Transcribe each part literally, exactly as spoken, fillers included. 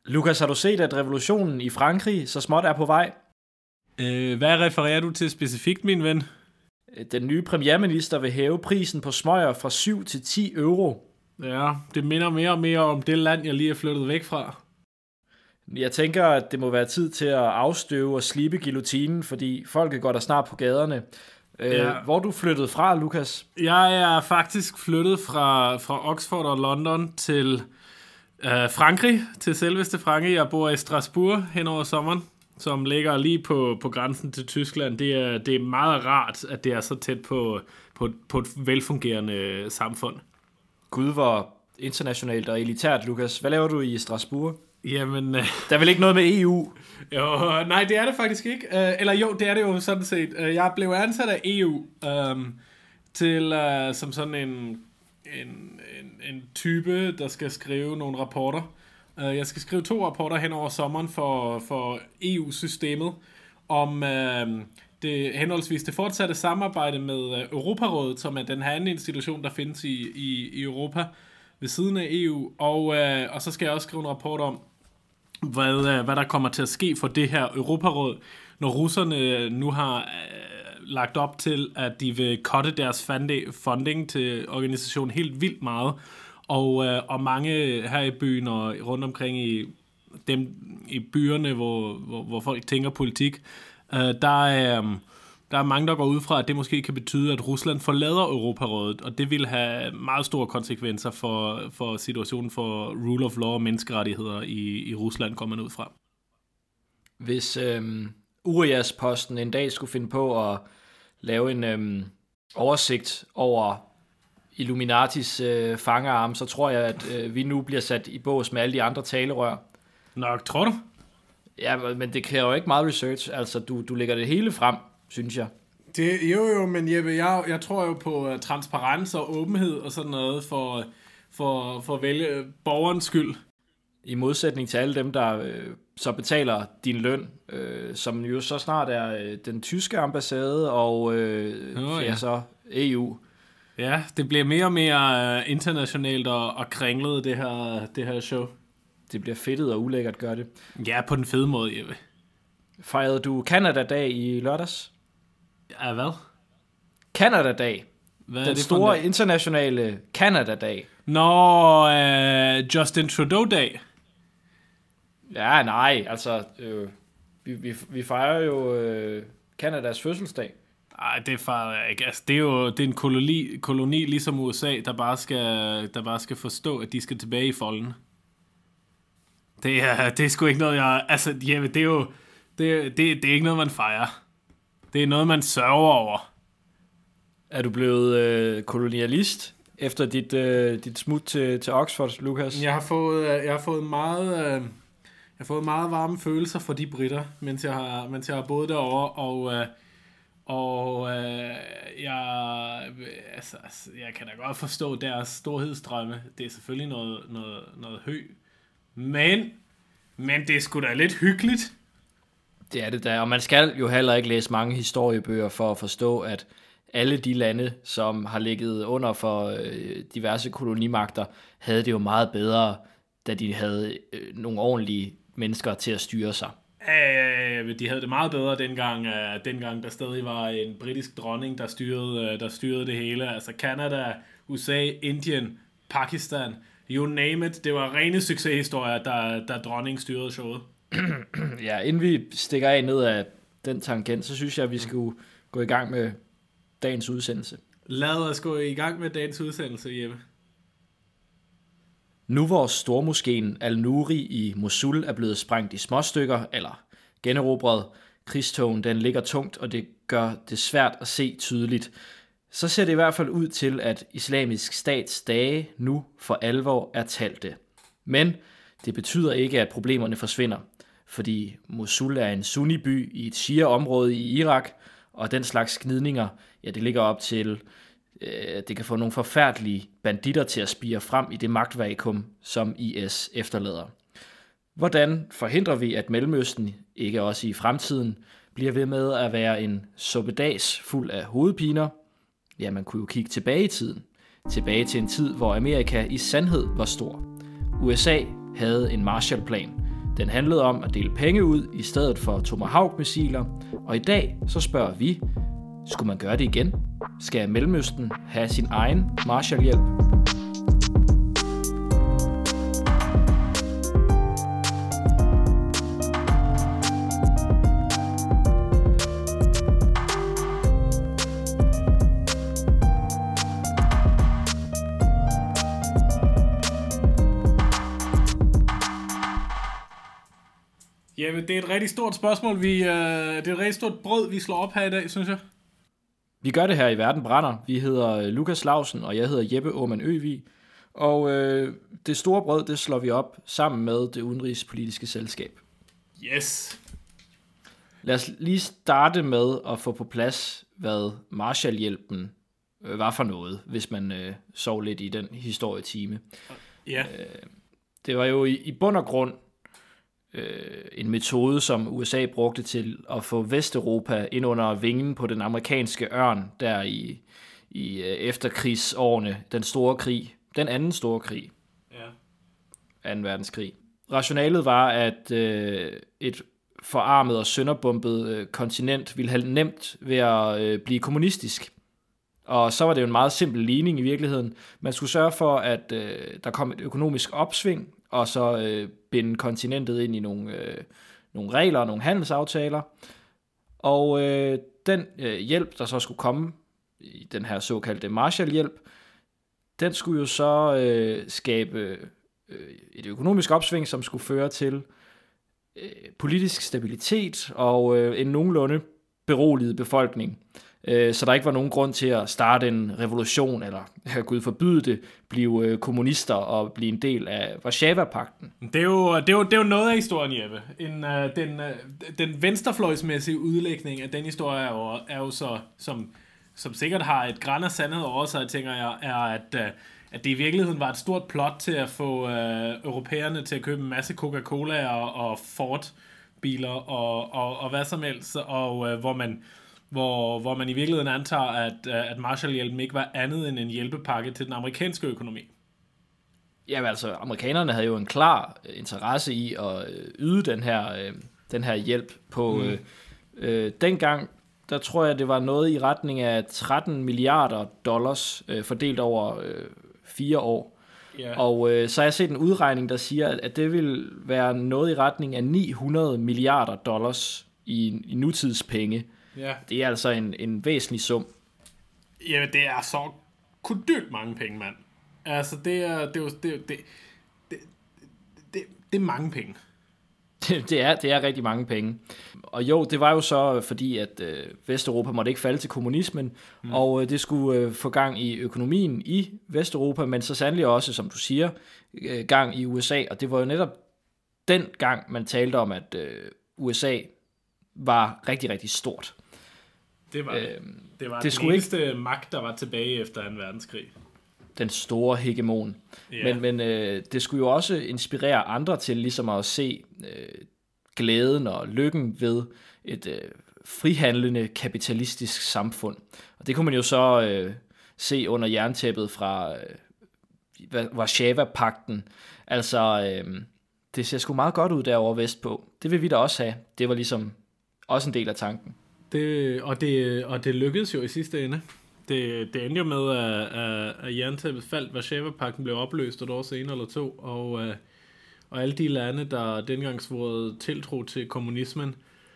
Lukas, har du set, at revolutionen i Frankrig så småt er på vej? Øh, hvad refererer du til specifikt, min ven? Den nye premierminister vil hæve prisen på smøger fra syv til ti euro. Ja, det minder mere og mere om det land, jeg lige er flyttet væk fra. Jeg tænker, at det må være tid til at afstøve og slibe guillotinen, fordi folket går der snart på gaderne. Ja. Hvor er du flyttet fra, Lukas? Jeg er faktisk flyttet fra, fra Oxford og London til øh, Frankrig, til selveste Frankrig. Jeg bor i Strasbourg hen over sommeren, som ligger lige på, på grænsen til Tyskland. Det er, det er meget rart, at det er så tæt på, på, på et velfungerende samfund. Gud, hvor internationalt og elitært, Lukas. Hvad laver du i Strasbourg? Jamen... Øh, der er vel ikke noget med E U? Jo, nej, det er det faktisk ikke. Uh, eller jo, det er det jo sådan set. Uh, jeg blev ansat af E U um, til uh, som sådan en, en, en, en type, der skal skrive nogle rapporter. Uh, jeg skal skrive to rapporter hen over sommeren for, for E U-systemet om uh, det henholdsvis det fortsatte samarbejde med uh, Europarådet, som er den her anden institution, der findes i, i, i Europa ved siden af E U. Og, uh, og så skal jeg også skrive en rapport om, Hvad, hvad der kommer til at ske for det her Europaråd, når russerne nu har øh, lagt op til, at de vil cutte deres funding til organisationen helt vildt meget, og, øh, og mange her i byen og rundt omkring i, dem, i byerne, hvor, hvor, hvor folk tænker politik, øh, der er... Øh, Der er mange, der går ud fra, at det måske kan betyde, at Rusland forlader Europarådet, og det vil have meget store konsekvenser for, for situationen for rule of law og menneskerettigheder i, i Rusland, kommer man ud fra. Hvis øhm, Urias-posten en dag skulle finde på at lave en øhm, oversigt over Illuminatis øh, fangerarm, så tror jeg, at øh, vi nu bliver sat i bås med alle de andre talerør. Nok, tror du? Ja, men det kræver jo ikke meget research. Altså, du, du lægger det hele frem, synes jeg. Det, jo jo, men Jeppe, jeg, jeg tror jo på uh, transparens og åbenhed og sådan noget for, for, for at vælge borgerens skyld. I modsætning til alle dem, der øh, så betaler din løn, øh, som jo så snart er øh, den tyske ambassade og øh, oh, ja. Ja, så E U. Ja, det bliver mere og mere uh, internationalt og, og kringlet, det her, det her show. Det bliver fedtet og ulækkert, gør det. Ja, på den fede måde, Jeppe. Fejrede du Canada-dag i lørdags? Ja, hvad? Canada-dag. Hvad den store internationale Canada-dag. Nå, uh, Justin Trudeau-dag. Ja, nej, altså, øh, vi, vi, vi fejrer jo øh, Canadas fødselsdag. Nej, det fejrer jeg ikke. Altså, det er jo det er en koloni, koloni ligesom U S A, der bare, skal, der bare skal forstå, at de skal tilbage i folden. Det er, det er sgu ikke noget, jeg... Altså, ja, det er jo... Det, det, det er ikke noget, man fejrer. Det er noget, man sørger over. Er du blevet øh, kolonialist efter dit, øh, dit smut til, til Oxford, Lukas? Jeg har fået, jeg har fået meget... Øh, jeg har fået meget varme følelser for de britter, mens jeg har, mens jeg har boet derovre, og... Øh, og øh, jeg, altså, jeg kan da godt forstå deres storhedsdrømme. Det er selvfølgelig noget, noget, noget hø. Men, men det er sgu da lidt hyggeligt. Det er det da, og man skal jo heller ikke læse mange historiebøger for at forstå, at alle de lande, som har ligget under for øh, diverse kolonimagter, havde det jo meget bedre, da de havde øh, nogle ordentlige mennesker til at styre sig. Øh, de havde det meget bedre dengang, øh, dengang der stadig var en britisk dronning, der styrede, øh, der styrede det hele. Altså Canada, U S A, Indien, Pakistan, you name it. Det var rene succeshistorier, der, der dronningen styrede showet. Ja, inden vi stikker af ned af den tangent, så synes jeg, at vi skulle gå i gang med dagens udsendelse. Lad os gå i gang med dagens udsendelse, Jeppe. Nu hvor stormoskeen Al-Nuri i Mosul er blevet sprængt i småstykker, eller generobret, krigstogen den ligger tungt, og det gør det svært at se tydeligt, så ser det i hvert fald ud til, at Islamisk Stats dage nu for alvor er talte. Men det betyder ikke, at problemerne forsvinder, fordi Mosul er en sunniby i et shia-område i Irak, og den slags gnidninger, ja, det ligger op til, øh, det kan få nogle forfærdelige banditter til at spire frem i det magtvakuum, som I S efterlader. Hvordan forhindrer vi, at Mellemøsten, ikke også i fremtiden, bliver ved med at være en suppedas fuld af hovedpiner? Ja, man kunne jo kigge tilbage i tiden. Tilbage til en tid, hvor Amerika i sandhed var stor. U S A havde en Marshallplan, Den handlede om at dele penge ud i stedet for Tomahawk-missiler, og i dag så spørger vi, skulle man gøre det igen? Skal Mellemøsten have sin egen Marshallhjælp? Ja, det er et rigtig stort spørgsmål. Vi, øh, det er et rigtig stort brød, vi slår op her i dag, synes jeg. Vi gør det her i Verden Brænder. Vi hedder Lukas Lausen, og jeg hedder Jeppe Aumann Øvig. Og øh, det store brød, det slår vi op sammen med det udenrigspolitiske selskab. Yes. Lad os lige starte med at få på plads, hvad Marshallhjælpen øh, var for noget, hvis man øh, sov lidt i den historietime. Ja. Øh, det var jo i, i bund og grund en metode, som U S A brugte til at få Vesteuropa ind under vingen på den amerikanske ørn, der i, i efterkrigsårene, den store krig, den anden store krig, ja. anden verdenskrig. Rationalet var, at øh, et forarmet og sønderbumpet øh, kontinent ville have nemt ved at øh, blive kommunistisk. Og så var det jo en meget simpel ligning i virkeligheden. Man skulle sørge for, at øh, der kom et økonomisk opsving, og så øh, binde kontinentet ind i nogle, øh, nogle regler og nogle handelsaftaler. Og øh, den øh, hjælp, der så skulle komme i den her såkaldte Marshallhjælp, den skulle jo så øh, skabe øh, et økonomisk opsving, som skulle føre til øh, politisk stabilitet og øh, en nogenlunde beroliget befolkning. Så der ikke var nogen grund til at starte en revolution, eller gud forbyde det, blive kommunister og blive en del af Warszawa-pakten. Det er jo, det er jo, det er jo noget af historien, Jeppe. En, uh, den, uh, den venstrefløjsmæssige udlægning af den historie er jo, er jo så, som, som sikkert har et græn af sandhed over sig, tænker jeg, er, at, uh, at det i virkeligheden var et stort plot til at få uh, europæerne til at købe en masse Coca-Cola og, og Ford-biler og, og, og hvad som helst, og uh, hvor man... Hvor, hvor man i virkeligheden antager, at, at Marshallhjælpen ikke var andet end en hjælpepakke til den amerikanske økonomi. Ja, altså, amerikanerne havde jo en klar interesse i at yde den her, den her hjælp på... Mm. Øh, øh, dengang, der tror jeg, det var noget i retning af tretten milliarder dollars øh, fordelt over øh, fire år. Yeah. Og øh, så har jeg set en udregning, der siger, at, at det vil være noget i retning af ni hundrede milliarder dollars i, i nutidspenge. Ja. Det er altså en, en væsentlig sum. Ja, det er så kudyrt mange penge, mand. Altså, det er, det er, det, det, det, det, det, det er mange penge. Det, det, er, det er rigtig mange penge. Og jo, det var jo så fordi, at øh, Vesteuropa måtte ikke falde til kommunismen, mm. og øh, det skulle øh, få gang i økonomien i Vesteuropa, men så sandelig også, som du siger, øh, gang i U S A. Og det var jo netop den gang, man talte om, at øh, U S A var rigtig, rigtig stort. Det var, øh, det var det den eneste ikke... magt, der var tilbage efter anden verdenskrig. Den store hegemon. Yeah. Men, men øh, det skulle jo også inspirere andre til ligesom at se øh, glæden og lykken ved et øh, frihandlende kapitalistisk samfund. Og det kunne man jo så øh, se under jerntæppet fra øh, Warszawa-pakten. Altså, øh, det ser sgu meget godt ud derovre vestpå. Det vil vi da også have. Det var ligesom også en del af tanken. Det, og, det, og det lykkedes jo i sidste ende. Det, det endte jo med, at, at, at jerntæppet faldt, Warszawa-pakten blev opløst et år senere eller to, og, og alle de lande, der dengang svarede tiltro til kommunismen,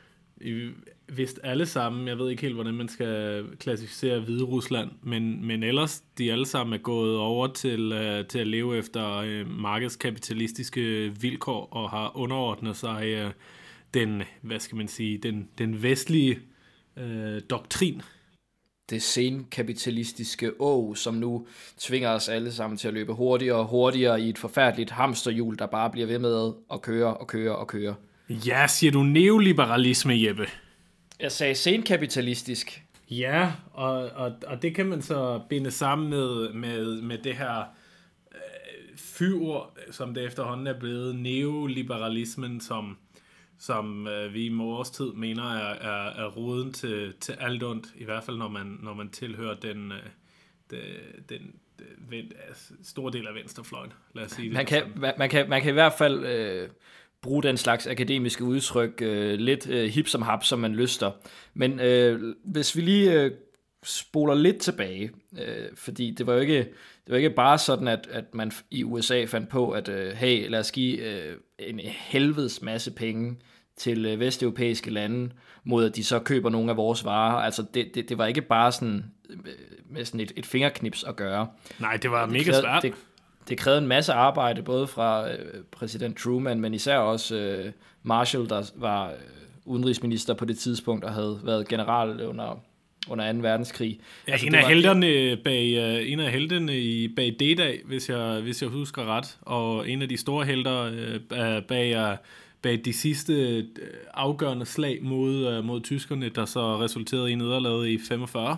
vidste alle sammen, jeg ved ikke helt, hvordan man skal klassificere Hvide Rusland, men, men ellers, de alle sammen er gået over til, uh, til at leve efter uh, markedskapitalistiske vilkår, og har underordnet sig uh, den, hvad skal man sige, den, den vestlige uh, doktrin. Det senkapitalistiske å, som nu tvinger os alle sammen til at løbe hurtigere og hurtigere i et forfærdeligt hamsterhjul, der bare bliver ved med at køre og køre og køre. Ja, siger du neoliberalisme, Jeppe? Jeg sagde senkapitalistisk. Ja, og, og, og det kan man så binde sammen med, med, med det her øh, fyord, som det efterhånden er blevet, neoliberalismen, som, som øh, vi i vores tid mener er, er, er roden til, til alt ondt, i hvert fald når man, når man tilhører den, øh, den, den, den, den store del af venstrefløjen, lad os sige det. Man kan, man, man, kan, man kan i hvert fald øh, bruge den slags akademiske udtryk øh, lidt øh, hip som hap, som man lyster. Men øh, hvis vi lige øh, spoler lidt tilbage, øh, fordi det var jo ikke, det var ikke bare sådan, at, at man i U S A fandt på, at øh, hey, lad os give øh, en helvedes masse penge til øh, vesteuropæiske lande, mod at de så køber nogle af vores varer. Altså det, det, det var ikke bare sådan øh, med sådan et, et fingerknips at gøre. Nej, det var det mega krævede, svært. Det, det krævede en masse arbejde, både fra øh, præsident Truman, men især også øh, Marshall, der var øh, udenrigsminister på det tidspunkt, og havde været general under, under anden verdenskrig. Ja, altså, en, af helterne bag, uh, en af heltene i, bag D-dag, hvis jeg, hvis jeg husker ret, og en af de store helter uh, bag, uh, bag de sidste uh, afgørende slag mod, uh, mod tyskerne, der så resulterede i nederlaget i femogfyrre.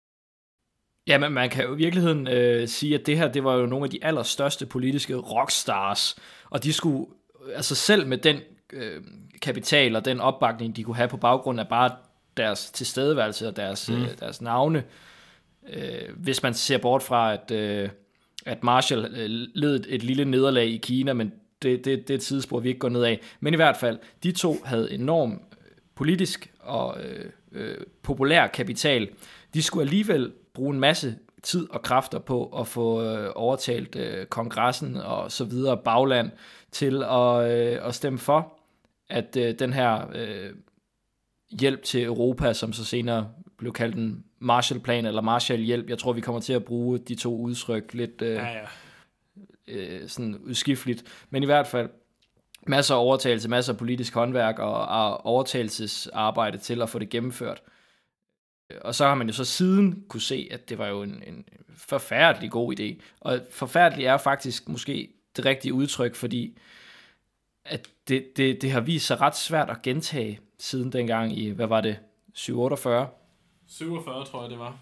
Ja, men man kan jo i virkeligheden øh, sige, at det her, det var jo nogle af de allerstørste politiske rockstars, og de skulle, altså selv med den øh, kapital og den opbakning, de kunne have på baggrund af bare deres tilstedeværelse og deres, mm. øh, deres navne, øh, hvis man ser bort fra, at, øh, at Marshall øh, led et, et lille nederlag i Kina, men det, det, det er et tidsspor, vi ikke går ned af. Men i hvert fald, de to havde enorm politisk og øh, øh, populær kapital. De skulle alligevel bruge en masse tid og kræfter på at få øh, overtalt øh, kongressen og så videre bagland til at, øh, at stemme for, at øh, den her øh, hjælp til Europa, som så senere blev kaldt en Marshallplan eller Marshallhjælp, jeg tror, vi kommer til at bruge de to udtryk lidt øh, ja, ja. Øh, sådan udskifteligt, men i hvert fald masser af overtagelse, masser af politisk håndværk og, og overtagelsesarbejde til at få det gennemført. Og så har man jo så siden kunne se, at det var jo en, en forfærdelig god idé. Og forfærdelig er faktisk måske det rigtige udtryk, fordi at det, det, det har vist sig ret svært at gentage siden dengang i, hvad var det, syv otteogfyrre? syvogfyrre tror jeg det var.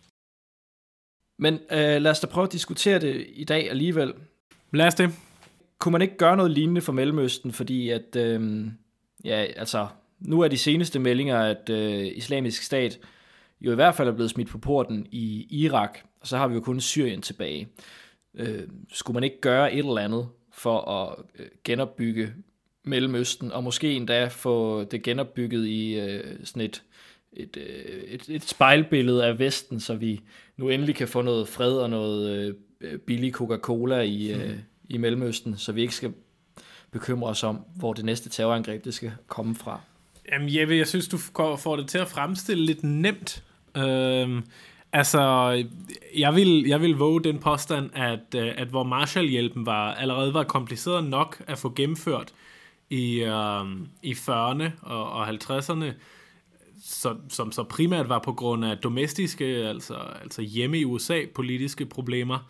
Men øh, lad os da prøve at diskutere det i dag alligevel. Lad os det. Kunne man ikke gøre noget lignende for Mellemøsten, fordi at, øh, ja, altså, nu er de seneste meldinger, at øh, Islamisk Stat jo i hvert fald er blevet smidt på porten i Irak, og så har vi jo kun Syrien tilbage. Øh, skulle man ikke gøre et eller andet for at øh, genopbygge Mellemøsten, og måske endda få det genopbygget i øh, sådan et, et, øh, et, et spejlbillede af Vesten, så vi nu endelig kan få noget fred og noget øh, billig Coca-Cola i, øh, i Mellemøsten, så vi ikke skal bekymre os om, hvor det næste terrorangreb det skal komme fra. Jamen Jeppe, jeg synes, du får det til at fremstille lidt nemt. Øhm, altså, jeg vil, jeg vil våge den påstand, at, at hvor Marshallhjælpen var, allerede var kompliceret nok at få gennemført i, øhm, i fyrrerne og, og halvtredserne, så, som så primært var på grund af domestiske, altså, altså hjemme i U S A, politiske problemer,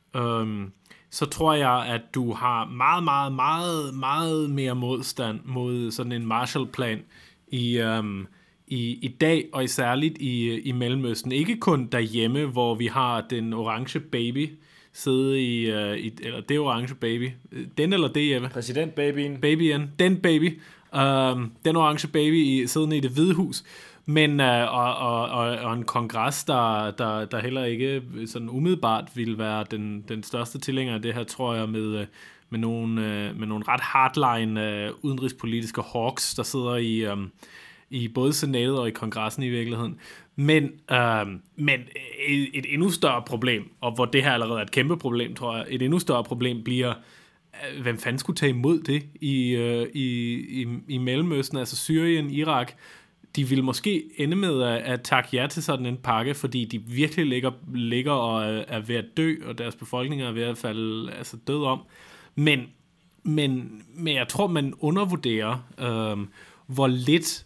øhm, så tror jeg, at du har meget, meget, meget, meget mere modstand mod sådan en Marshallplan i, øhm, i, i dag, og særligt i, i Mellemøsten. Ikke kun derhjemme, hvor vi har den orange baby sidde i, uh, i eller det orange baby. Den eller det, Jeppe? Præsidentbabyen. Babyen. Den baby. Um, den orange baby i, siddende i Det Hvide Hus. Men, uh, og, og, og, og en kongres, der, der, der heller ikke sådan umiddelbart ville være den, den største tilhænger af det her, tror jeg, med, med, nogle, med nogle ret hardline uh, udenrigspolitiske hawks, der sidder i, um, i både senatet og i kongressen i virkeligheden. Men, um, men et, et endnu større problem, og hvor det her allerede er et kæmpe problem, tror jeg, et endnu større problem bliver, hvem fanden skulle tage imod det i, uh, i, i, i Mellemøsten, altså Syrien, Irak. De vil måske ende med at, at takke ja til sådan en pakke, fordi de virkelig ligger, ligger og er, er ved at dø, og deres befolkninger er ved at falde altså død om. Men, men, men jeg tror, man undervurderer, øh, hvor lidt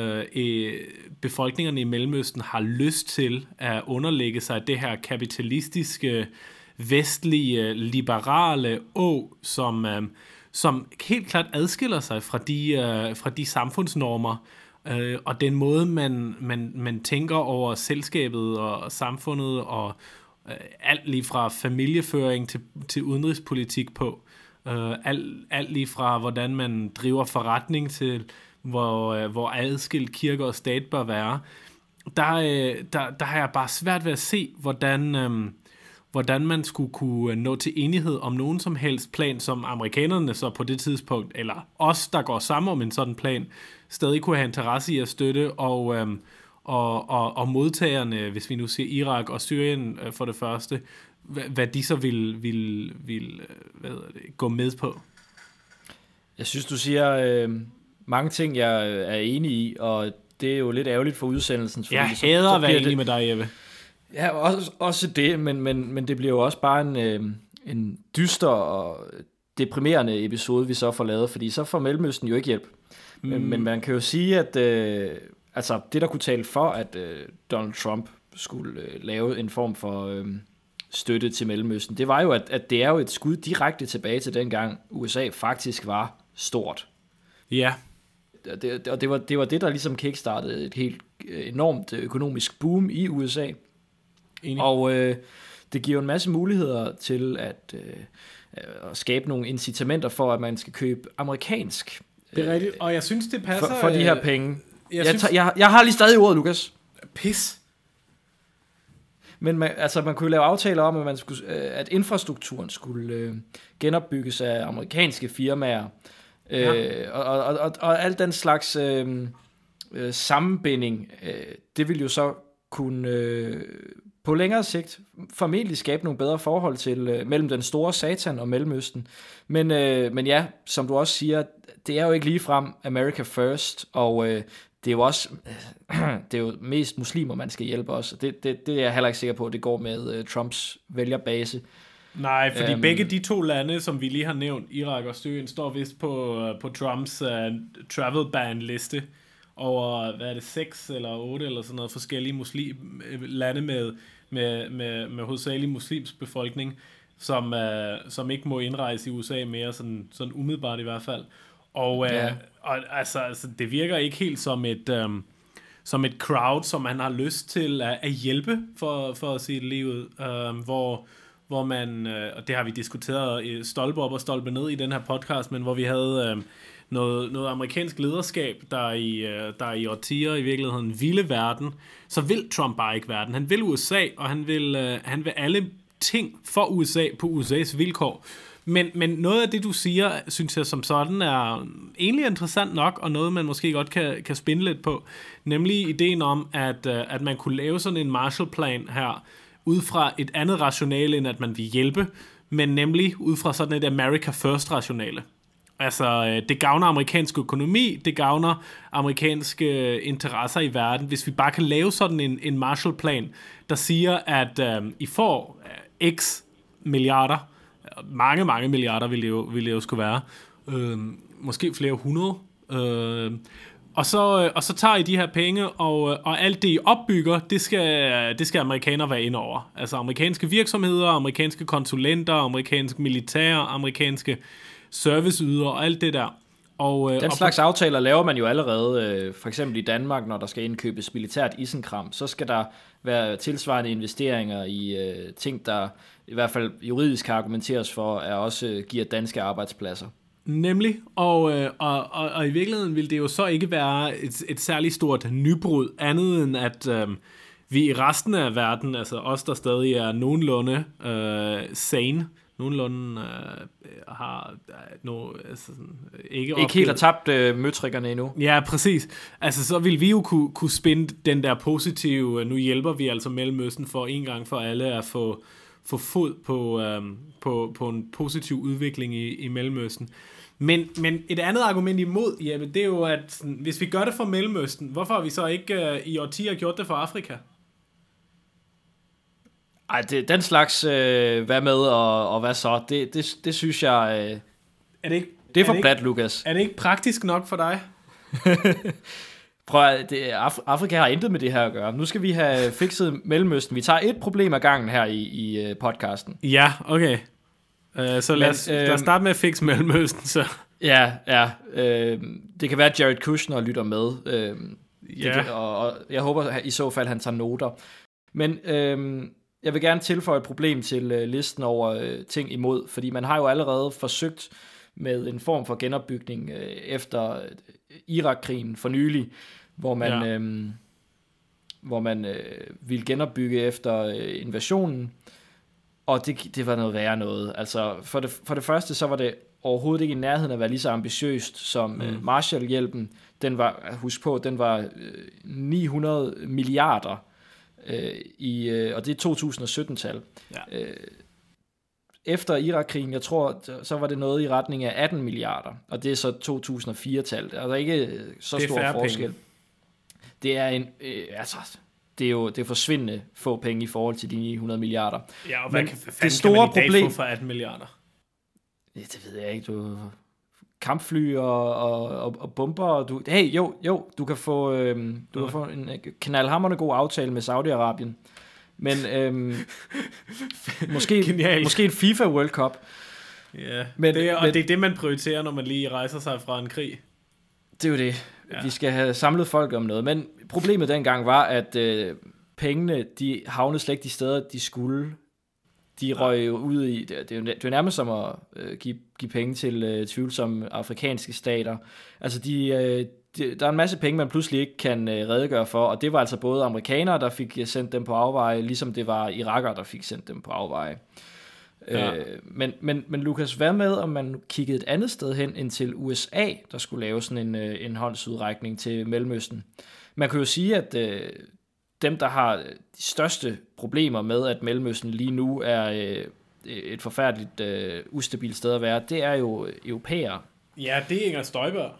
øh, befolkningerne i Mellemøsten har lyst til at underlægge sig det her kapitalistiske, vestlige, liberale å, som, øh, som helt klart adskiller sig fra de, øh, fra de samfundsnormer, Uh, og den måde, man, man, man tænker over selskabet og samfundet og uh, alt lige fra familieføring til, til udenrigspolitik på. Uh, alt, alt lige fra, hvordan man driver forretning til, hvor, uh, hvor adskilt kirke og stat bør være. Der, uh, der, der har jeg bare svært ved at se, hvordan, um, hvordan man skulle kunne nå til enighed om nogen som helst plan, som amerikanerne så på det tidspunkt, eller os, der går sammen om en sådan plan, stadig kunne have interesse i at støtte, og, øhm, og, og, og modtagerne, hvis vi nu siger Irak og Syrien øh, for det første, hvad, hvad de så vil, vil, vil hvad det, gå med på. Jeg synes, du siger øh, mange ting, jeg er enig i, og det er jo lidt ærgerligt for udsendelsen. Jeg hader at være enig det, med dig, Jeppe. Ja, også, også det, men, men, men det bliver jo også bare en, øh, en dyster og deprimerende episode, vi så får lavet, fordi så får Mellemøsten jo ikke hjælp. Mm. Men, men man kan jo sige, at øh, altså, det, der kunne tale for, at øh, Donald Trump skulle øh, lave en form for øh, støtte til Mellemøsten, det var jo, at, at det er jo et skud direkte tilbage til dengang U S A faktisk var stort. Ja. Det, og det var, det var det, der ligesom kickstartede et helt enormt økonomisk boom i U S A. Enig. Og øh, det giver en masse muligheder til at, øh, at skabe nogle incitamenter for, at man skal købe amerikansk. Det er rigtigt, og jeg synes, det passer... For, for de her penge. Jeg, jeg, synes, tager, jeg, jeg har lige stadig ordet, Lukas. Pis. Men man, altså, man kunne lave aftaler om, at, man skulle, at infrastrukturen skulle øh, genopbygges af amerikanske firmaer. Ja. Øh, og, og, og, og alt den slags øh, øh, sammenbinding, øh, det vil jo så kunne øh, på længere sigt formentlig skabe nogle bedre forhold til øh, mellem den store satan og Mellemøsten. Men, øh, men ja, som du også siger, det er jo ikke ligefrem America First, og øh, det er jo også øh, det er jo mest muslimer, man skal hjælpe også. Det, det, det er jeg heller ikke sikker på, at det går med øh, Trumps vælgerbase. Nej, fordi um, begge de to lande, som vi lige har nævnt, Irak og Syrien, står vist på, på Trumps uh, travel ban liste over, hvad er det, seks eller otte eller sådan noget forskellige muslim, lande med, med, med, med hovedsagelig muslims befolkning, som, uh, som ikke må indrejse i U S A mere, sådan, sådan umiddelbart i hvert fald. Og, uh, ja. og altså, altså, det virker ikke helt som et... Um, som et crowd, som man har lyst til at, at hjælpe for, for at se det liv ud, uh, hvor... hvor man, og det har vi diskuteret stolpe op og stolpe ned i den her podcast, men hvor vi havde øh, noget, noget amerikansk lederskab, der i, øh, der i årtier i virkeligheden ville verden, så vil Trump bare ikke verden. Han vil U S A, og han vil, øh, han vil alle ting for U S A på U S A's vilkår. Men, men noget af det, du siger, synes jeg som sådan er egentlig interessant nok, og noget, man måske godt kan, kan spinde lidt på, nemlig ideen om, at, øh, at man kunne lave sådan en Marshallplan her, ud fra et andet rationale, end at man vil hjælpe, men nemlig ud fra sådan et America First rationale. Altså, det gavner amerikansk økonomi, det gavner amerikanske interesser i verden, hvis vi bare kan lave sådan en, en Marshallplan, der siger, at øh, I får øh, x milliarder, mange, mange milliarder vil det jo, vil det jo skulle være, øh, måske flere hundrede, øh, Og så, og så tager I de her penge, og, og alt det I opbygger, det skal, det skal amerikanere være inde over. Altså amerikanske virksomheder, amerikanske konsulenter, amerikanske militære, amerikanske serviceydere og alt det der. Og, Den og slags på, aftaler laver man jo allerede, for eksempel i Danmark, når der skal indkøbes militært isenkram, så skal der være tilsvarende investeringer i uh, ting, der i hvert fald juridisk kan argumenteres for, at også giver danske arbejdspladser. Nemlig, og, øh, og, og, og i virkeligheden vil det jo så ikke være et, et særligt stort nybrud, andet end at øh, vi i resten af verden, altså os der stadig er nogenlunde øh, sane, nogenlunde øh, har no, altså sådan, ikke Ikke opgivet. Helt har tabt øh, møtrikkerne endnu. Ja, præcis. Altså så vil vi jo kunne, kunne spinde den der positive, nu hjælper vi altså Mellemøsten for en gang for alle at få få fod på, øhm, på, på en positiv udvikling i, i Mellemøsten. Men, men et andet argument imod, Jeppe, det er jo, at sådan, hvis vi gør det for Mellemøsten, hvorfor har vi så ikke øh, i årtier gjort det for Afrika? Ej, det, den slags, øh, hvad med og, og hvad så, det, det, det synes jeg, øh, er det, ikke, det er for er det plat, ikke, Lukas. Er det ikke praktisk nok for dig? Prøv at, det, Af- Afrika har intet med det her at gøre. Nu skal vi have fikset Mellemøsten. Vi tager et problem ad gangen her i, i podcasten. Ja, okay. Uh, så lad os, Men, øh, lad os starte med at fikse Mellemøsten, så. Ja, ja. Øh, det kan være, at Jared Kushner lytter med. Øh, ja. kan, og, og jeg håber at i så fald, han tager noter. Men øh, jeg vil gerne tilføje et problem til øh, listen over øh, ting imod, fordi man har jo allerede forsøgt med en form for genopbygning øh, efter øh, Irak-krigen for nylig, hvor man, ja. øh, hvor man øh, ville genopbygge efter øh, invasionen. Og det, det var noget værre noget. Altså, for det, for det første, så var det overhovedet ikke i nærheden af at være lige så ambitiøst som mm. uh, Marshall-hjælpen. Den var, husk på, den var uh, ni hundrede milliarder, uh, i, uh, og det er to tusind og sytten-tal. Ja. Uh, efter Irak-krigen, jeg tror, så var det noget i retning af atten milliarder, og det er så to tusind og fire-tal. Altså, der er ikke så stor forskel. Penge. Det er en, øh, altså, det er jo det er forsvindende få penge i forhold til de ni hundrede milliarder. Ja, og hvad kan, hvad det store kan man i dag problem, få for atten milliarder? Ja, det ved jeg ikke. Du, kampfly og, og, og, og bomber. Og du, hey, jo, jo, du kan få, øhm, du kan få en knaldhamrende god aftale med Saudi-Arabien. Men øhm, måske, måske en FIFA World Cup. Ja, men, det er, og men, det er det, man prioriterer, når man lige rejser sig fra en krig. Det er jo det. Ja. Vi skal have samlet folk om noget. Men problemet dengang var, at øh, pengene, de havnede slet ikke de steder, de skulle. De røg jo ud i, det er jo, det er nærmest som at øh, give, give penge til øh, tvivlsomme afrikanske stater. Altså, de, øh, de, der er en masse penge, man pludselig ikke kan øh, redegøre for, og det var altså både amerikanere, der fik sendt dem på afveje, ligesom det var irakere, der fik sendt dem på afveje. Ja. Øh, men, men, men Lukas, hvad med, om man kiggede et andet sted hen end til U S A, der skulle lave sådan en, øh, en håndsudrækning til Mellemøsten? Man kan jo sige, at øh, dem, der har de største problemer med, at Mellemøsten lige nu er øh, et forfærdeligt øh, ustabilt sted at være, det er jo europæere. Ja, det er Inger Støjberg.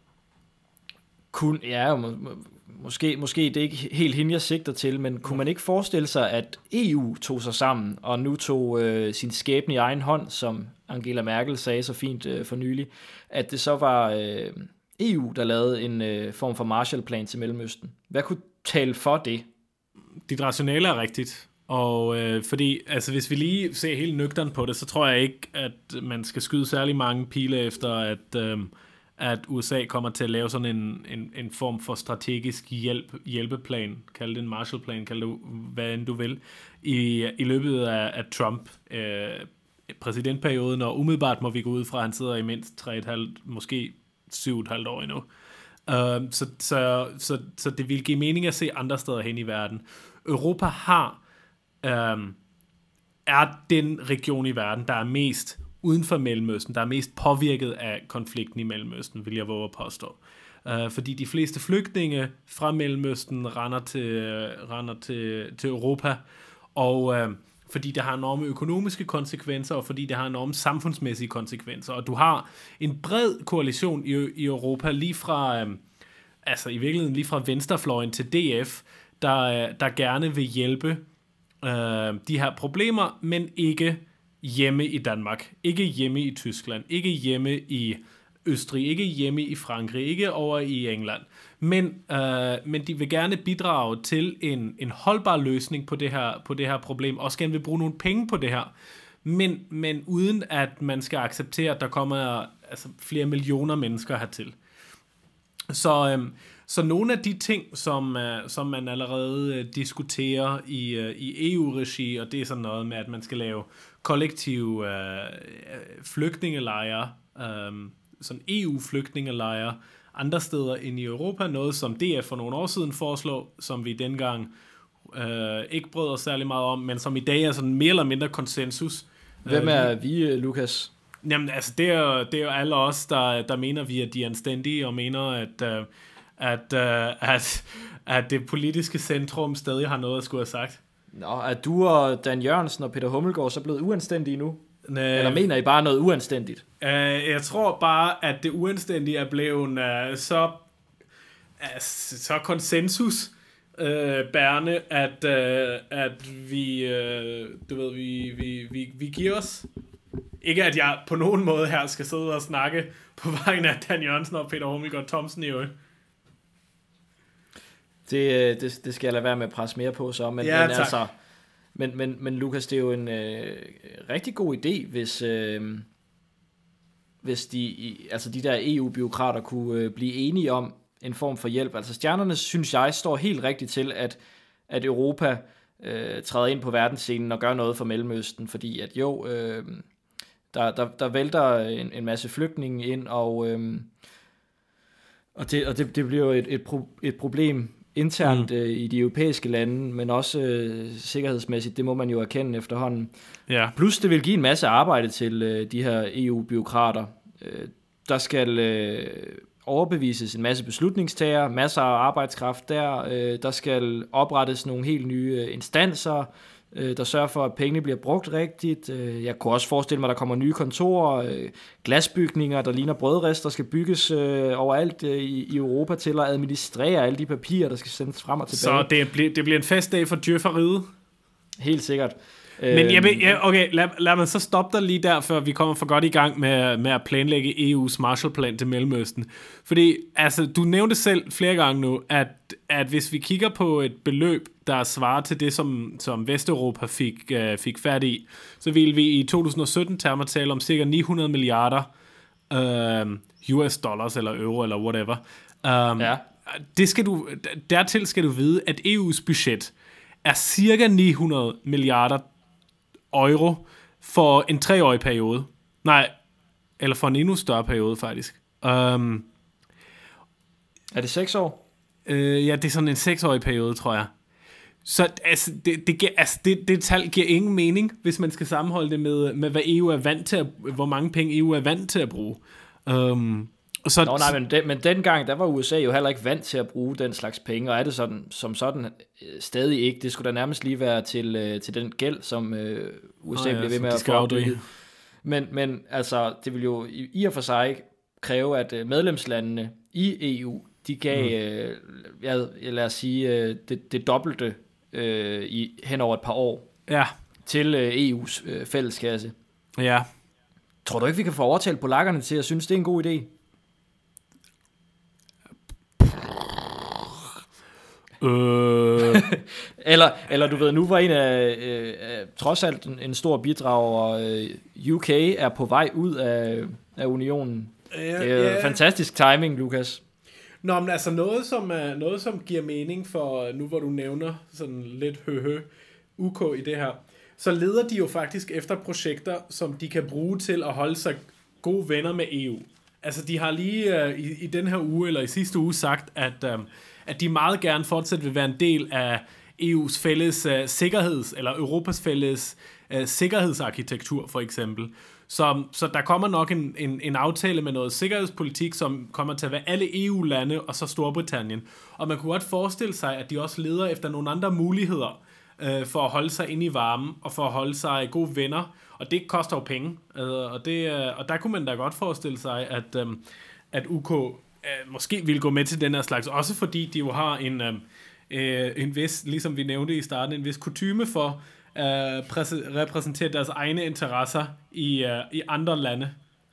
Kun, ja, må, måske, måske det er ikke helt hende, jeg sigter til, men kunne man ikke forestille sig, at E U tog sig sammen, og nu tog øh, sin skæbne i egen hånd, som Angela Merkel sagde så fint øh, for nylig, at det så var øh, E U, der lavede en øh, form for Marshallplan til Mellemøsten. Hvad kunne tale for det? Dit rationale er rigtigt, og øh, fordi, altså hvis vi lige ser helt nøgtern på det, så tror jeg ikke, at man skal skyde særlig mange pile efter, at, øh, at U S A kommer til at lave sådan en, en, en form for strategisk hjælp, hjælpeplan, kald det en Marshallplan, kald det hvad end du vil, i, i løbet af, af Trump øh, præsidentperioden, og umiddelbart må vi gå ud fra, at han sidder i mindst tre komma fem, måske syv komma fem år endnu. Uh, så, så, så, så det vil give mening at se andre steder hen i verden. Europa har um, er den region i verden, der er mest uden for Mellemøsten, der er mest påvirket af konflikten i Mellemøsten, vil jeg våge at påstå. Uh, fordi de fleste flygtninge fra Mellemøsten render til, render til, til Europa, og uh, fordi det har enorme økonomiske konsekvenser, og fordi det har enorme samfundsmæssige konsekvenser. Og du har en bred koalition i, i Europa, lige fra, øhm, altså i virkeligheden lige fra venstrefløjen til D F, der, der gerne vil hjælpe øh, de her problemer, men ikke hjemme i Danmark, ikke hjemme i Tyskland, ikke hjemme i Østrig, ikke hjemme i Frankrig, ikke over i England. Men, øh, men de vil gerne bidrage til en, en holdbar løsning på det her, på det her problem, og gerne vil bruge nogle penge på det her, men, men uden at man skal acceptere, at der kommer altså, flere millioner mennesker hertil. Så, øh, så nogle af de ting, som, øh, som man allerede øh, diskuterer i, øh, i E U-regi, og det er sådan noget med, at man skal lave kollektive øh, flygtningelejre, øh, sådan E U-flygtningelejre, andre steder end i Europa, noget som D F for nogle år siden foreslog, som vi dengang øh, ikke brød os særlig meget om, men som i dag er sådan mere eller mindre konsensus. Hvem er øh, vi, Lukas? Jamen altså, det er, det er jo alle os, der, der mener vi, at de er anstændige, og mener, at, øh, at, øh, at, at det politiske centrum stadig har noget at skulle have sagt. Nå, er du og Dan Jørgensen og Peter Hummelgaard så blevet uanstændige nu? Eller mener I bare noget uanstændigt? Uh, jeg tror bare, at det uanstændige er blevet uh, så, uh, så konsensus uh, bærende, at, uh, at vi, uh, du ved, vi, vi, vi, vi giver os. Ikke at jeg på nogen måde her skal sidde og snakke på vegne af Dan Jørgensen og Peter Hummelgaard Thomsen i øvrigt. Det, det, det skal jeg lade være med at presse mere på så, men, ja, men altså... Men, men, men Lukas, det er jo en øh, rigtig god idé, hvis, øh, hvis de, altså de der E U-bureaukrater kunne øh, blive enige om en form for hjælp. Altså stjernerne, synes jeg, står helt rigtigt til, at, at Europa øh, træder ind på verdensscenen og gør noget for Mellemøsten, fordi at jo, øh, der, der, der vælter en, en masse flygtninge ind, og, øh, og, det, og det, det bliver jo et, et, pro, et problem internt mm. øh, i de europæiske lande, men også øh, sikkerhedsmæssigt, det må man jo erkende efterhånden. Ja. Plus det vil give en masse arbejde til øh, de her E U-bureaukrater. Øh, der skal øh, overbevises en masse beslutningstagere, masser af arbejdskraft der, øh, der skal oprettes nogle helt nye øh, instanser, øh, der sørger for, at pengene bliver brugt rigtigt. Øh, jeg kunne også forestille mig, at der kommer nye kontorer, øh, glasbygninger, der ligner brødrester, skal bygges øh, overalt øh, i, i Europa til at administrere alle de papirer, der skal sendes frem og tilbage. Så det bliver, det bliver en festdag for djøfferiet? Helt sikkert. Men jeg vil, ja, okay, lad, lad mig så stoppe dig lige der, før vi kommer for godt i gang med, med at planlægge E U's Marshallplan til Mellemøsten. Fordi, altså, du nævnte selv flere gange nu, at, at hvis vi kigger på et beløb, der svarer til det, som, som Vesteuropa fik, uh, fik fat i, så ville vi i to tusind og sytten-termer tale om cirka ni hundrede milliarder uh, U S dollars, eller euro, eller whatever. Um, ja. det skal du, dertil skal du vide, at E U's budget er cirka ni hundrede milliarder euro for en treårig periode. Nej, eller for en endnu større periode, faktisk. Um, er det seks år? Øh, ja, det er sådan en seksårig periode, tror jeg. Så altså, det, det, altså, det, det tal giver ingen mening, hvis man skal sammenholde det med, med hvad E U er vant til at, hvor mange penge E U er vant til at bruge. Um, og så, Nå nej, men, den, men dengang, der var U S A jo heller ikke vant til at bruge den slags penge, og er det sådan, som sådan øh, stadig ikke. Det skulle da nærmest lige være til, øh, til den gæld, som øh, U S A oh, ja, bliver ved med at få opdrykket. Men, men altså, det vil jo i, i og for sig kræve, at øh, medlemslandene i E U, de gav, mm. øh, jeg, lad os sige, øh, det, det dobbelte øh, i, hen over et par år ja. til øh, E U's øh, fælleskasse. Ja. Tror du ikke, vi kan få overtalt polakkerne til at synes, det er en god idé? Øh. eller, eller du ved, nu var en af, øh, af trods alt en, en stor bidrager, øh, U K er på vej ud af, af unionen. Ja, det er ja. Fantastisk timing, Lukas. Nå, men altså noget som, uh, noget, som giver mening for, nu hvor du nævner sådan lidt høhø, U K i det her, så leder de jo faktisk efter projekter, som de kan bruge til at holde sig gode venner med E U. Altså, de har lige uh, i, i den her uge, eller i sidste uge, sagt, at, um, at de meget gerne fortsat vil være en del af E U's fælles uh, sikkerheds, eller Europas fælles uh, sikkerhedsarkitektur, for eksempel. Så, så der kommer nok en, en, en aftale med noget sikkerhedspolitik, som kommer til at være alle E U-lande, og så Storbritannien. Og man kunne godt forestille sig, at de også leder efter nogle andre muligheder, øh, for at holde sig inde i varmen, og for at holde sig gode venner. Og det koster jo penge. Øh, og, det, øh, og der kunne man da godt forestille sig, at, øh, at U K øh, måske ville gå med til den her slags, også fordi de jo har en, øh, en vis, ligesom vi nævnte i starten, en vis kutyme for at præs- repræsentere deres egne interesser i, uh, i andre lande.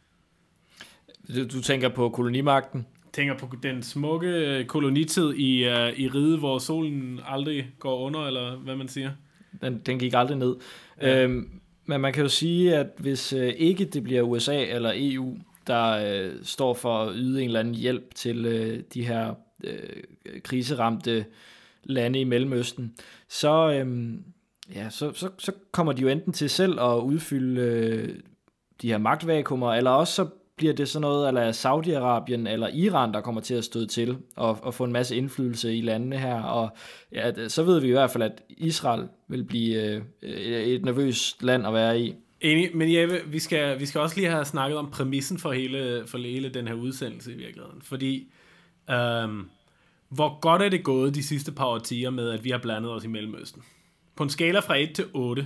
Du, du tænker på kolonimagten? Tænker på den smukke kolonitid i, uh, i riget, hvor solen aldrig går under, eller hvad man siger. Den, den gik aldrig ned. Ja. Øhm, men man kan jo sige, at hvis øh, ikke det bliver U S A eller E U, der øh, står for at yde en eller anden hjælp til øh, de her øh, kriseramte lande i Mellemøsten, så, øh, ja, så, så, så kommer de jo enten til selv at udfylde øh, de her magtvakuumer, eller også så bliver det sådan noget, eller Saudi-Arabien eller Iran, der kommer til at støde til og, og få en masse indflydelse i landene her. Og ja, så ved vi i hvert fald, at Israel vil blive øh, et nervøst land at være i. Enig, men Jeppe, vi skal, vi skal også lige have snakket om præmissen for hele, for hele den her udsendelse i virkeligheden. Fordi, øhm, hvor godt er det gået de sidste par årtier med, at vi har blandet os i Mellemøsten? På en skala fra et til otte.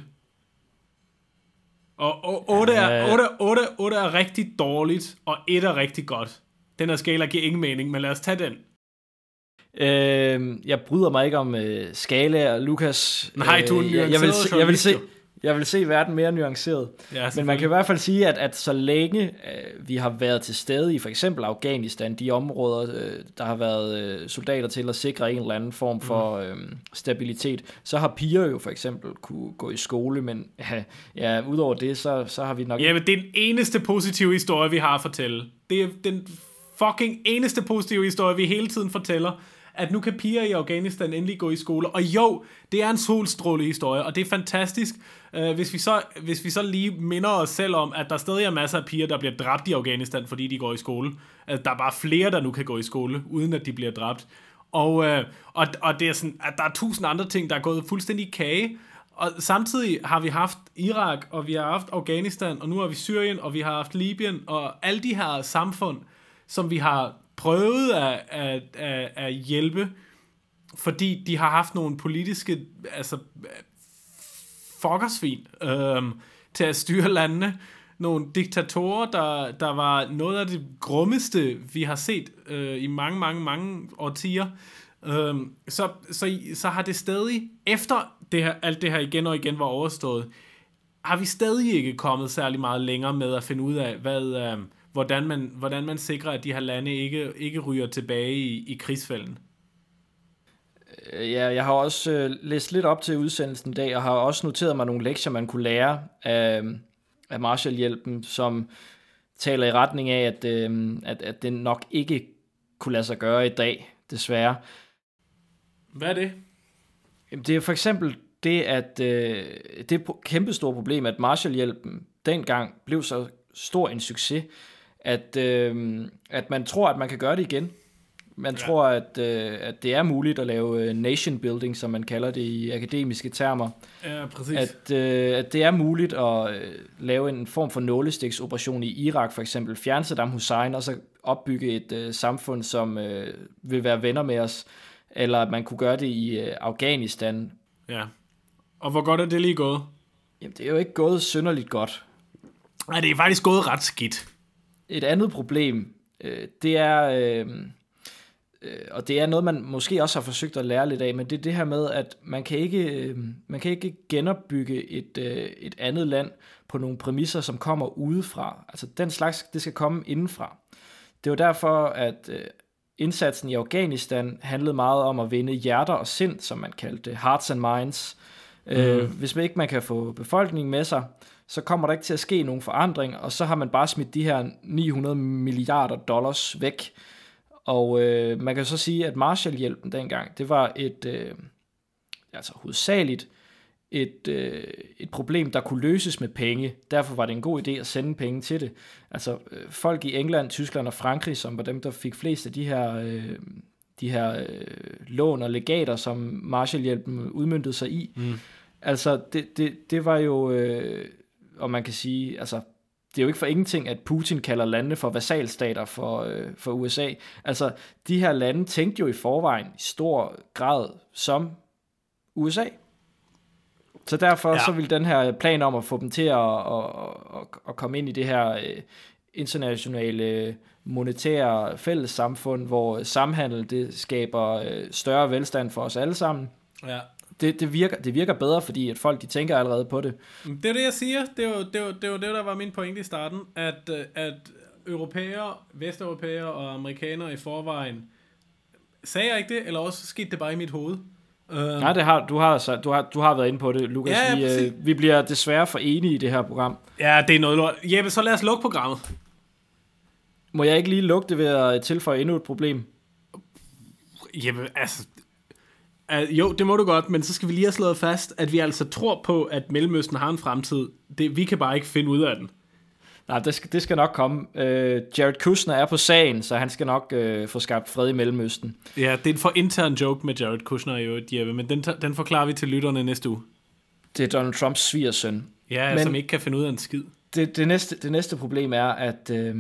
Og, og otte, er, otte, otte, otte er rigtig dårligt, og et er rigtig godt. Den her skala giver ingen mening, men lad os tage den. Øh, jeg bryder mig ikke om øh, skalaer, Lukas. Nej, du er øh, jeg, jeg, vil se, jeg, vil se, jeg vil se verden mere nuanceret. Ja, men man kan i hvert fald sige, at, at så længe øh, vi har været til stede i for eksempel Afghanistan, de områder, øh, der har været øh, soldater til at sikre en eller anden form for øh, stabilitet, så har piger jo for eksempel kunne gå i skole, men ja, ja udover det, så, så har vi nok... Ja, men det er den eneste positive historie, vi har at fortælle. Det er den fucking eneste positive historie, vi hele tiden fortæller, at nu kan piger i Afghanistan endelig gå i skole. Og jo, det er en solstråle historie, og det er fantastisk, uh, hvis, vi så, hvis vi så lige minder os selv om, at der stadig er masser af piger, der bliver dræbt i Afghanistan, fordi de går i skole. At der er bare flere, der nu kan gå i skole, uden at de bliver dræbt. Og, øh, og, og det er sådan, at der er tusind andre ting, der er gået fuldstændig i kage. Og samtidig har vi haft Irak, og vi har haft Afghanistan, og nu har vi Syrien, og vi har haft Libyen, og alle de her samfund, som vi har prøvet at, at, at, at hjælpe, fordi de har haft nogle politiske altså, fuckersvin øh, til at styre landene. Nogle diktatorer, der, der var noget af det grummeste, vi har set øh, i mange, mange, mange årtier. Øh, så, så, så har det stadig, efter det her, alt det her igen og igen var overstået, har vi stadig ikke kommet særlig meget længere med at finde ud af, hvad, øh, hvordan, man, hvordan man sikrer, at de her lande ikke, ikke ryger tilbage i, i krigsfælden. Ja, jeg har også øh, læst lidt op til udsendelsen i dag, og har også noteret mig nogle lektier, man kunne lære af, af Marshallhjælpen, som taler i retning af, at, øh, at, at det nok ikke kunne lade sig gøre i dag, desværre. Hvad er det? Det er for eksempel det, at øh, det er et kæmpestort problem, at Marshallhjælpen dengang blev så stor en succes, at, øh, at man tror, at man kan gøre det igen. Man ja. tror, at, øh, at det er muligt at lave nation building, som man kalder det i akademiske termer. Ja, præcis. At, øh, at det er muligt at øh, lave en form for nålestiksoperation i Irak, for eksempel fjerne Saddam Hussein, og så opbygge et øh, samfund, som øh, vil være venner med os. Eller at man kunne gøre det i øh, Afghanistan. Ja. Og hvor godt er det lige gået? Jamen, det er jo ikke gået synderligt godt. Nej, det er faktisk gået ret skidt. Et andet problem, øh, det er... Øh, og det er noget, man måske også har forsøgt at lære lidt af, men det er det her med, at man kan ikke, man kan ikke genopbygge et, et andet land på nogle præmisser, som kommer udefra. Altså den slags, det skal komme indenfra. Det var derfor, at indsatsen i Afghanistan handlede meget om at vinde hjerter og sind, som man kaldte det, hearts and minds. Mm. Hvis man ikke man kan få befolkningen med sig, så kommer der ikke til at ske nogen forandring, og så har man bare smidt de her ni hundrede milliarder dollars væk. Og øh, man kan så sige, at Marshallhjælpen dengang, det var et, øh, altså hovedsageligt et, øh, et problem, der kunne løses med penge. Derfor var det en god idé at sende penge til det. Altså øh, folk i England, Tyskland og Frankrig, som var dem, der fik flest af de her, øh, de her øh, lån og legater, som Marshallhjælpen udmøntede sig i. Mm. Altså det, det, det var jo, øh, og man kan sige, altså det er jo ikke for ingenting, at Putin kalder landene for vasalstater for, øh, for U S A. Altså, de her lande tænkte jo i forvejen i stor grad som U S A. Så derfor ja. så vil den her plan om at få dem til at, at, at, at komme ind i det her øh, internationale monetære fællessamfund, hvor samhandel det skaber øh, større velstand for os alle sammen. Ja. Det, det, virker, det virker bedre, fordi at folk de tænker allerede på det. Det er det, jeg siger. Det var det, var, det, var det der var min pointe i starten, at, at europæere, vesteuropæere og amerikanere i forvejen, sagde jeg ikke det, eller også skete det bare i mit hoved? Nej, det har, du, har, du, har, du har været inde på det, Lukas. Ja, ja, vi, øh, vi bliver desværre for enige i det her program. Ja, det er noget lort. Jeppe, så lad os lukke programmet. Må jeg ikke lige lukke det ved at tilføje endnu et problem? Jeppe, altså... Uh, jo, det må du godt, men så skal vi lige have slået fast, at vi altså tror på, at Mellemøsten har en fremtid. Det, vi kan bare ikke finde ud af den. Nej, det skal, det skal nok komme. Uh, Jared Kushner er på sagen, så han skal nok uh, få skabt fred i Mellemøsten. Ja, det er en for intern joke med Jared Kushner i øvrigt, Jeppe, men den, den forklarer vi til lytterne næste uge. Det er Donald Trumps svigersøn. Ja, men som ikke kan finde ud af en skid. Det, det, næste, det næste problem er, at, øh,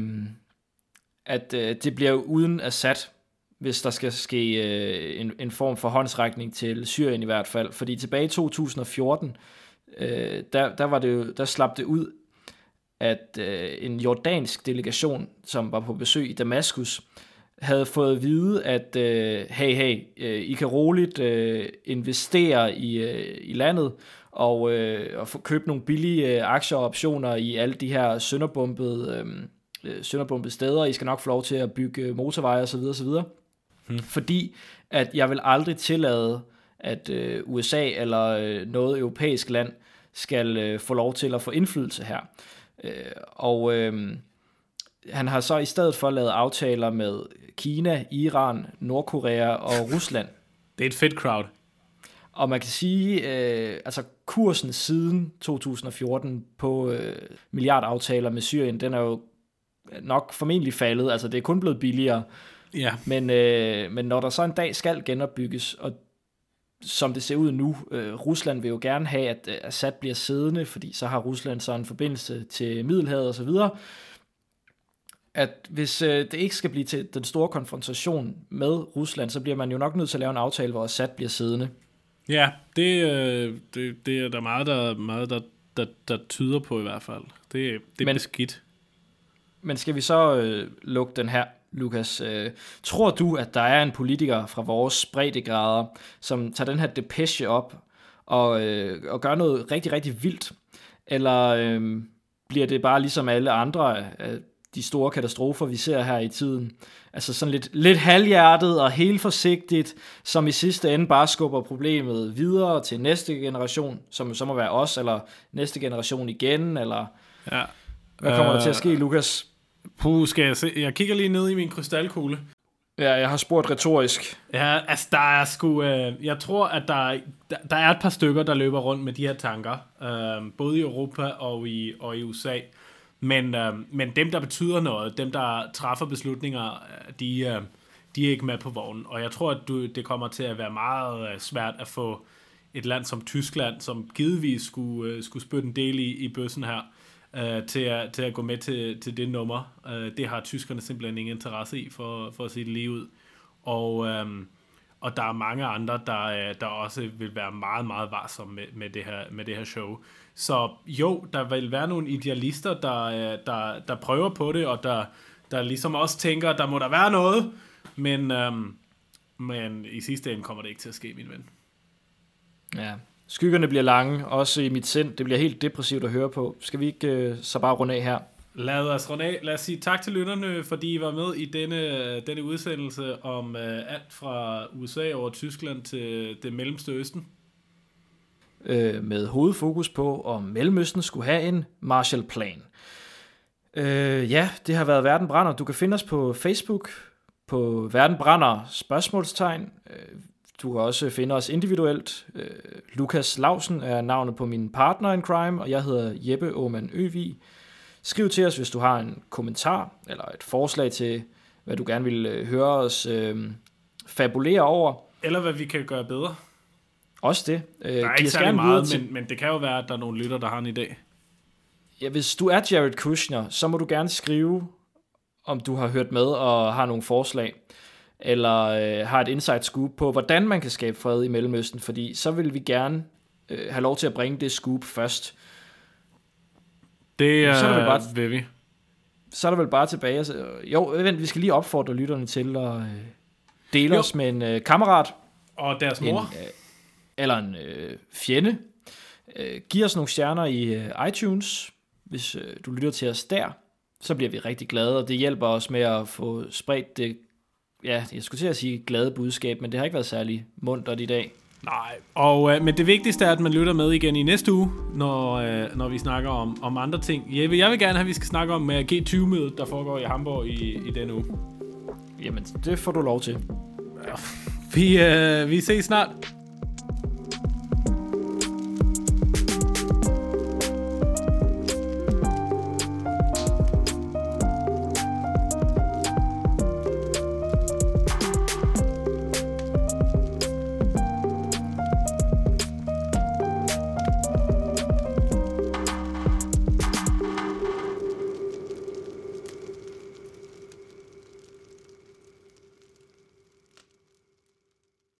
at øh, det bliver uden Assad, hvis der skal ske øh, en, en form for håndsrækning til Syrien i hvert fald. Fordi tilbage i to tusind og fjorten, øh, der, der, var det jo, der slap det ud, at øh, en jordansk delegation, som var på besøg i Damaskus, havde fået at vide, at øh, hey, hey, øh, I kan roligt øh, investere i, øh, i landet, og, øh, og få købt nogle billige øh, aktier og optioner i alle de her sønderbombede, øh, sønderbombede steder. I skal nok få lov til at bygge motorveje osv. osv. Hmm. Fordi at jeg vil aldrig tillade, at øh, U S A eller øh, noget europæisk land skal øh, få lov til at få indflydelse her. Øh, og øh, han har så i stedet for lavet aftaler med Kina, Iran, Nordkorea og Rusland. Det er et fedt crowd. Og man kan sige, øh, altså kursen siden to tusind og fjorten på øh, milliardaftaler med Syrien, den er jo nok formentlig faldet. Altså det er kun blevet billigere. Ja. Men, øh, men når der så en dag skal genopbygges, og som det ser ud nu, øh, Rusland vil jo gerne have, at øh, Assad bliver siddende, fordi så har Rusland så en forbindelse til Middelhavet og så videre, at hvis øh, det ikke skal blive til den store konfrontation med Rusland, så bliver man jo nok nødt til at lave en aftale, hvor Assad bliver siddende. Ja, det, øh, det, det er der meget, der, meget der, der, der tyder på i hvert fald. Det, det er men, beskidt. Men skal vi så øh, lukke den her, Lukas? Øh, tror du, at der er en politiker fra vores breddegrader, som tager den her depeche op og, øh, og gør noget rigtig, rigtig vildt? Eller øh, bliver det bare ligesom alle andre øh, de store katastrofer, vi ser her i tiden? Altså sådan lidt, lidt halvhjertet og helt forsigtigt, som i sidste ende bare skubber problemet videre til næste generation, som så må være os, eller næste generation igen, eller ja. Hvad kommer øh, der til at ske, Lukas? Puh, skal jeg se? Jeg kigger lige ned i min krystalkugle. Ja, jeg har spurgt retorisk. Ja, altså der er sgu... Øh, jeg tror, at der, der, der er et par stykker, der løber rundt med de her tanker. Øh, både i Europa og i, og i U S A. Men, øh, men dem, der betyder noget, dem, der træffer beslutninger, de, øh, de er ikke med på vognen. Og jeg tror, at du, det kommer til at være meget øh, svært at få et land som Tyskland, som givetvis skulle, øh, skulle spytte en del i, i bøssen her, øh, til, at, til at gå med til, til det nummer. Øh, det har tyskerne simpelthen ingen interesse i, for, for at se det lige ud. Og, øh, og der er mange andre, der, der også vil være meget, meget varsomme med, med, det her, med det her show. Så jo, der vil være nogle idealister, der, der, der prøver på det, og der, der ligesom også tænker, der må der være noget, men, øhm, men i sidste ende kommer det ikke til at ske, min ven. Ja, skyggerne bliver lange, også i mit sind. Det bliver helt depressivt at høre på. Skal vi ikke øh, så bare runde af her? Lad os runde af. Lad os sige tak til lytterne, fordi I var med i denne, denne udsendelse om øh, alt fra U S A over Tyskland til det mellemste Østen. Øh, med hovedfokus på, om Mellemøsten skulle have en Marshallplan. Øh, ja, det har været Verden Brænder. Du kan finde os på Facebook, på Verden Brænder spørgsmålstegn. Du kan også finde os individuelt. Øh, Lukas Lausen er navnet på min partner in crime, og jeg hedder Jeppe Aumann Øvig. Skriv til os, hvis du har en kommentar, eller et forslag til, hvad du gerne vil øh, høre os øh, fabulere over. Eller hvad vi kan gøre bedre. Også det. Øh, der er ikke særlig meget, til... men, men det kan jo være, at der er nogle lytter, der har en idé. Ja, hvis du er Jared Kushner, så må du gerne skrive, om du har hørt med og har nogle forslag, eller øh, har et inside scoop på, hvordan man kan skabe fred i Mellemøsten, fordi så vil vi gerne øh, have lov til at bringe det scoop først. Det så er det bare, vil vi. Så er der vel bare tilbage. Altså, jo, vent, vi skal lige opfordre lytterne til at øh, dele jo. os med en øh, kammerat. Og deres mor. En, øh, eller en øh, fjende. Øh, giv os nogle stjerner i øh, iTunes, hvis øh, du lytter til os der. Så bliver vi rigtig glade, og det hjælper os med at få spredt det, ja, jeg skulle til at sige glade budskab, men det har ikke været særlig muntert i dag. Nej, og, øh, men det vigtigste er, at man lytter med igen i næste uge, når, øh, når vi snakker om, om andre ting. Jeppe, jeg vil gerne have, at vi skal snakke om uh, G tyve-mødet, der foregår i Hamburg i, i denne uge. Jamen, det får du lov til. Vi, øh, vi ses snart.